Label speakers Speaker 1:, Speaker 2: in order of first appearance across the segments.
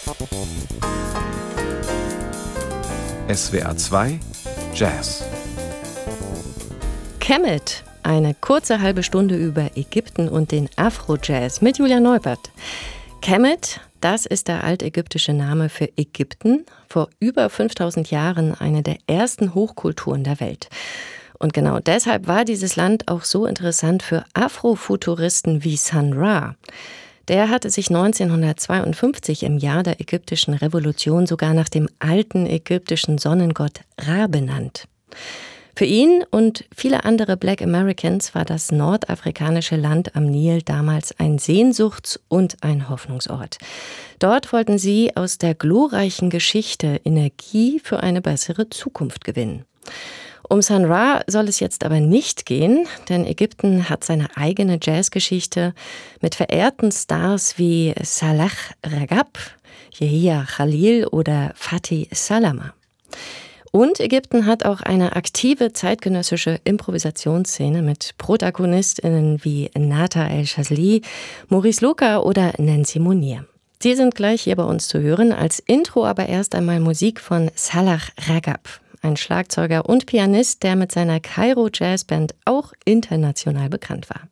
Speaker 1: SWR 2 Jazz.
Speaker 2: Kemet, eine kurze halbe Stunde über Ägypten und den Afro-Jazz mit Julia Neubert. Kemet, das ist der altägyptische Name für Ägypten, vor über 5000 Jahren eine der ersten Hochkulturen der Welt. Und genau deshalb war dieses Land auch so interessant für Afrofuturisten wie Sun Ra. Der hatte sich 1952 im Jahr der ägyptischen Revolution sogar nach dem alten ägyptischen Sonnengott Ra benannt. Für ihn und viele andere Black Americans war das nordafrikanische Land am Nil damals ein Sehnsuchts- und ein Hoffnungsort. Dort wollten sie aus der glorreichen Geschichte Energie für eine bessere Zukunft gewinnen. Um Sun Ra soll es jetzt aber nicht gehen, denn Ägypten hat seine eigene Jazzgeschichte mit verehrten Stars wie Salah Ragab, Yehia Khalil oder Fatih Salama. Und Ägypten hat auch eine aktive zeitgenössische Improvisationsszene mit ProtagonistInnen wie Nata El-Shazli, Maurice Luca oder Nancy Mounir. Sie sind gleich hier bei uns zu hören. Als Intro aber erst einmal Musik von Salah Ragab, ein Schlagzeuger und Pianist, der mit seiner Kairo Jazzband auch international bekannt war.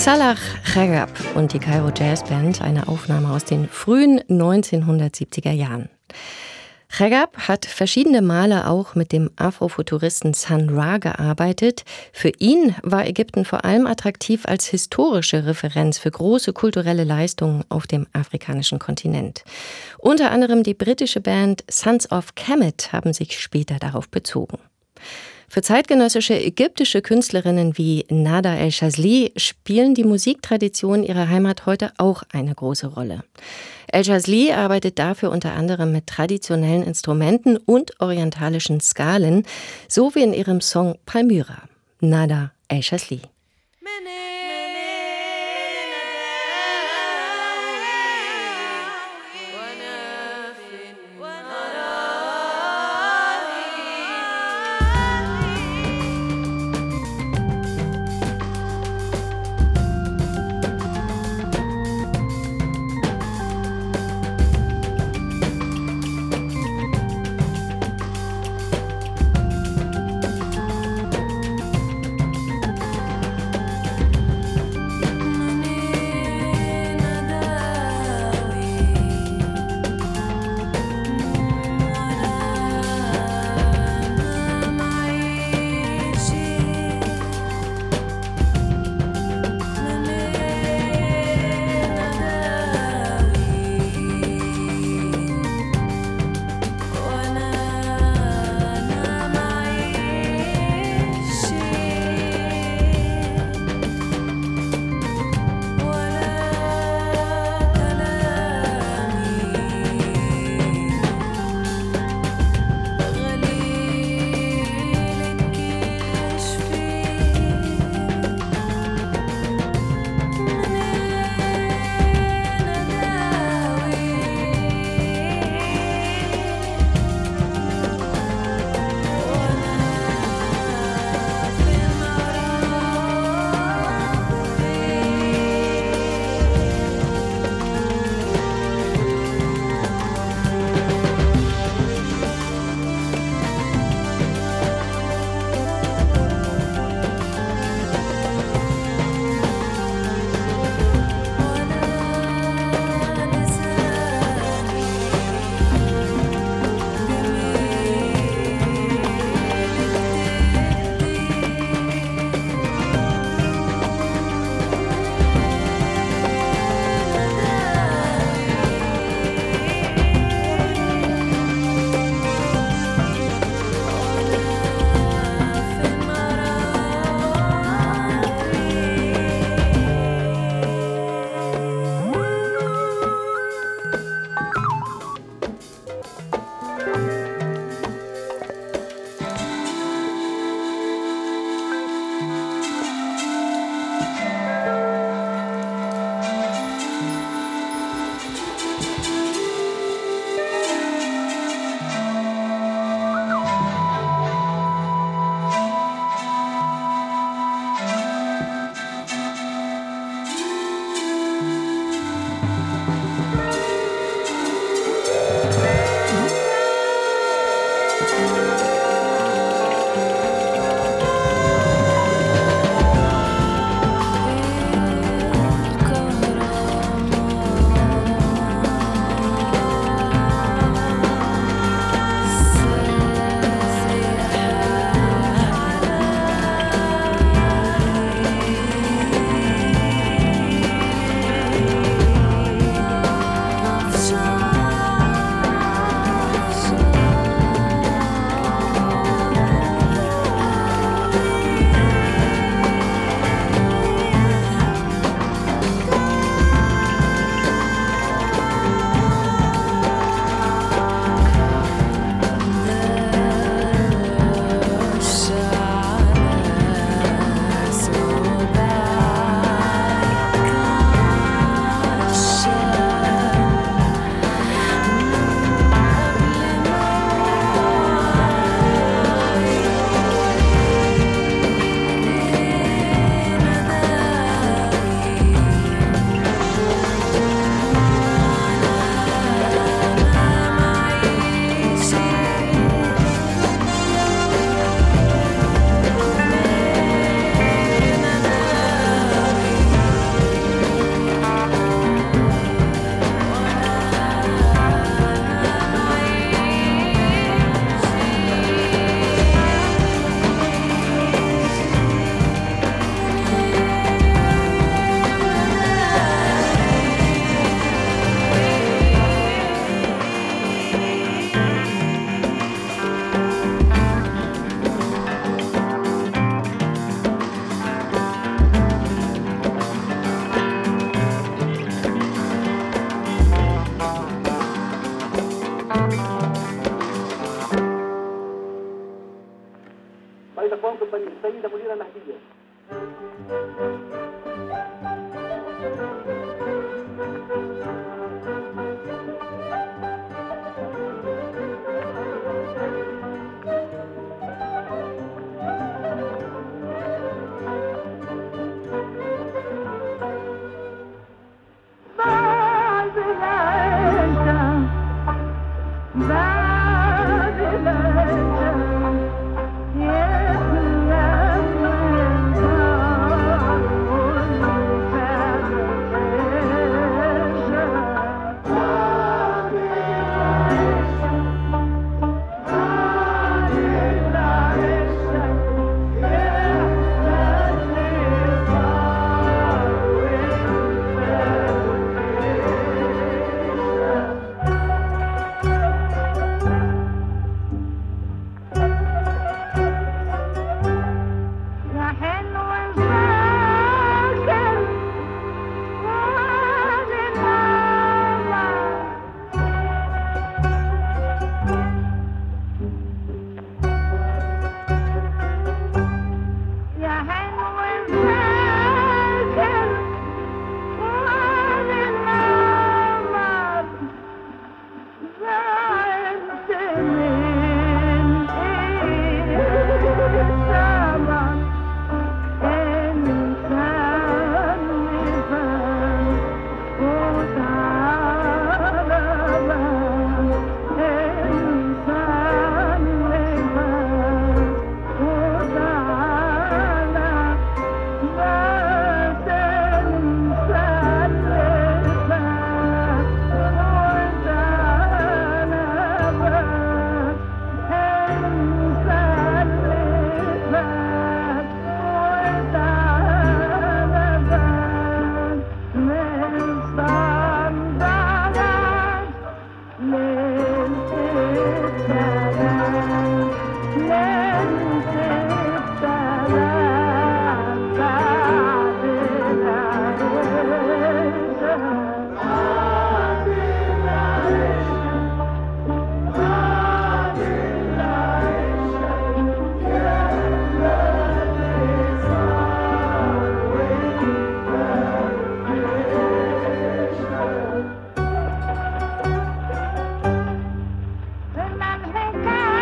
Speaker 2: Salah Ragab und die Kairo Jazz Band, eine Aufnahme aus den frühen 1970er Jahren. Ragab hat verschiedene Male auch mit dem Afrofuturisten Sun Ra gearbeitet. Für ihn war Ägypten vor allem attraktiv als historische Referenz für große kulturelle Leistungen auf dem afrikanischen Kontinent. Unter anderem die britische Band Sons of Kemet haben sich später darauf bezogen. Für zeitgenössische ägyptische Künstlerinnen wie Nada El-Shazly spielen die Musiktraditionen ihrer Heimat heute auch eine große Rolle. El-Shazly arbeitet dafür unter anderem mit traditionellen Instrumenten und orientalischen Skalen, so wie in ihrem Song Palmyra. Nada El-Shazly.
Speaker 3: فوق السيدة منيرة مهدية.
Speaker 4: Remember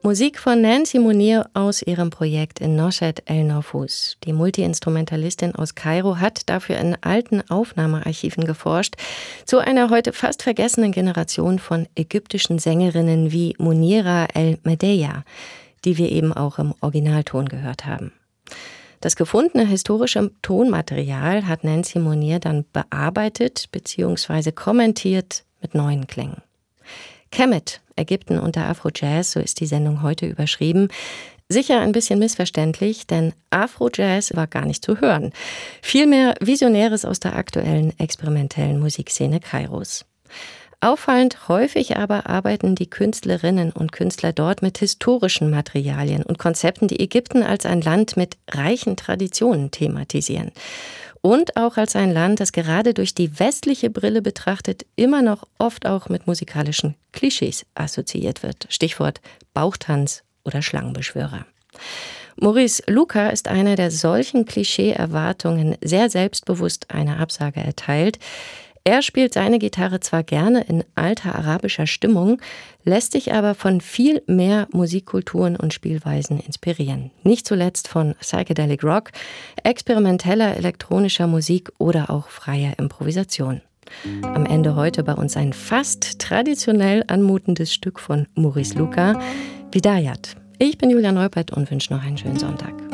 Speaker 2: Musik von Nancy Mounir aus ihrem Projekt in Noshat El Nofus. Die Multiinstrumentalistin aus Kairo hat dafür in alten Aufnahmearchiven geforscht, zu einer heute fast vergessenen Generation von ägyptischen Sängerinnen wie Munira El Medeya, die wir eben auch im Originalton gehört haben. Das gefundene historische Tonmaterial hat Nancy Mounir dann bearbeitet bzw. kommentiert mit neuen Klängen. Kemet, Ägypten unter Afro-Jazz, so ist die Sendung heute überschrieben. Sicher ein bisschen missverständlich, denn Afro-Jazz war gar nicht zu hören. Vielmehr Visionäres aus der aktuellen experimentellen Musikszene Kairos. Auffallend häufig aber arbeiten die Künstlerinnen und Künstler dort mit historischen Materialien und Konzepten, die Ägypten als ein Land mit reichen Traditionen thematisieren. Und auch als ein Land, das gerade durch die westliche Brille betrachtet, immer noch oft auch mit musikalischen Klischees assoziiert wird. Stichwort Bauchtanz oder Schlangenbeschwörer. Maurice Luca ist einer, der solchen Klischee-Erwartungen sehr selbstbewusst eine Absage erteilt. Er spielt seine Gitarre zwar gerne in alter arabischer Stimmung, lässt sich aber von viel mehr Musikkulturen und Spielweisen inspirieren. Nicht zuletzt von Psychedelic Rock, experimenteller elektronischer Musik oder auch freier Improvisation. Am Ende heute bei uns ein fast traditionell anmutendes Stück von Maurice Luca, Bidayat. Ich bin Julia Neupert und wünsche noch einen schönen Sonntag.